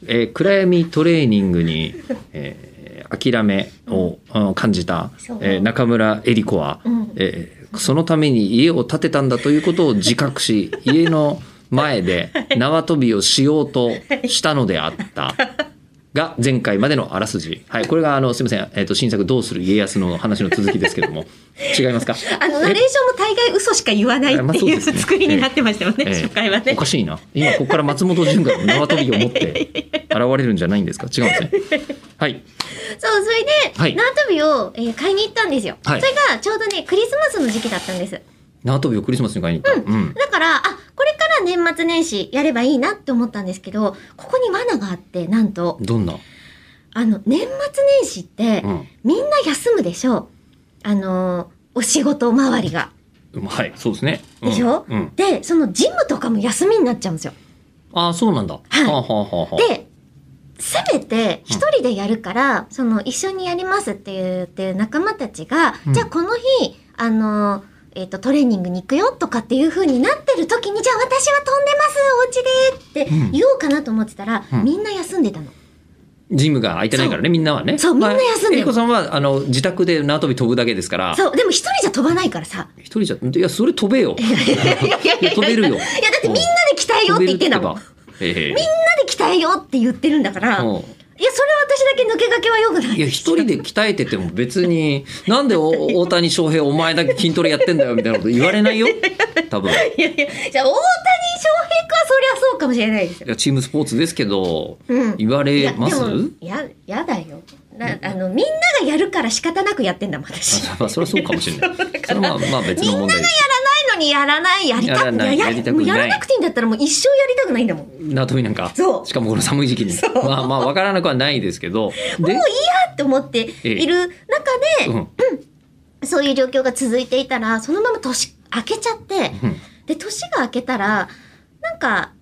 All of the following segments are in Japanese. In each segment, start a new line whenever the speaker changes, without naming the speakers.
暗闇トレーニングに、諦めを感じた、中村江里子は、そのために家を建てたんだということを自覚し家の前で縄跳びをしようとしたのであったが前回までのあらすじ、はい、これがすみません、新作どうする家康の話の続きですけども違いますか？
ナレーションも大概嘘しか言わないっていう、作りになってましたよね、初回はね。
おかしいな、今ここから松本潤が縄跳びを持って現れるんじゃないんですか？違うんですね。はい。
そう、それで、縄跳びを、買いに行ったんですよ、それがちょうどねクリスマスの時期だったんです。
縄跳びをクリスマスに買いに行った、
だからこれから年末年始やればいいなって思ったんですけど、ここに罠があって、なんと
どんな
年末年始って、みんな休むでしょ、お仕事周りが。
はい、そうですね。
でしょ、でそのジムとかも休みになっちゃうんですよ。
あ、そうなんだ。
でせめて一人でやるから、その一緒にやりますって言って仲間たちが、じゃあこの日トレーニングに行くよとかっていう風になってる時に、じゃあ私は飛んでますお家でって言おうかなと思ってたら、みんな休んでたの。
ジムが空いてないからね、みんなはね。
そう、みんな休んでる。
江里子さんは自宅で縄跳び飛ぶだけですから。
そう、でも一人じゃ飛ばないからさ。
一人じゃ、いやそれ飛べよ。いや飛べるよ。いやだ
ってみんなで鍛えようって言ってんだもん。みんなで鍛えようって言ってるんだから。いやそれは私だけ抜け駆けはよくない。
いや一人で鍛えてても別になんで大谷翔平お前だけ筋トレやってんだよみたいなこと言われないよ多分。いや
じゃあ大谷翔平君はそりゃそうかもしれないですよ。
いやチームスポーツですけど、言われます？
やだよ。みんながやるから仕方なくやってんだもん私。
まあそれはそうかもしれない。それはまあ別の問題です。みんながやらない
のにやらない、やりたくない、やらなくていいんだったらもう一生やりたくないんだもん。
縄跳びなんか。
そう。
しかもこの寒い時期に。まあ分からなくはないですけど。も
ういいやって思っている中で、そういう状況が続いていたら、そのまま年明けちゃって、で年が明けたらなんか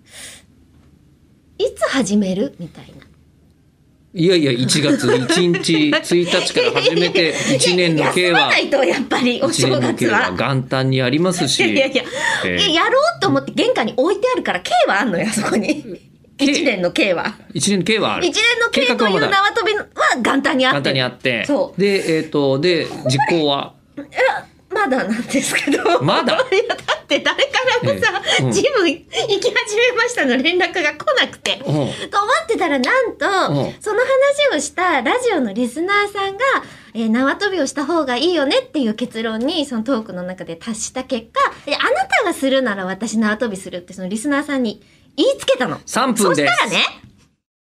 いつ始めるみたいな。
いやいや1月1日1日から始めて1年の計は
休まないとやっぱりお正月は
元旦にありますし、
やろうと思って玄関に置いてあるから計はあんのよ、そこに。1年の計は。
1年の計はある。
1年の計という縄跳びは元旦にあって。
元旦にあって。
そう。
で実行は
まだなんですけど。
まだ？
いやだって誰からもさ、ジム行き始めましたの連絡が来なくて、と思ってたら、なんとその話をしたラジオのリスナーさんが、縄跳びをした方がいいよねっていう結論にそのトークの中で達した結果、あなたがするなら私縄跳びするってそのリスナーさんに言いつけたの。
3分です。
そしたらね、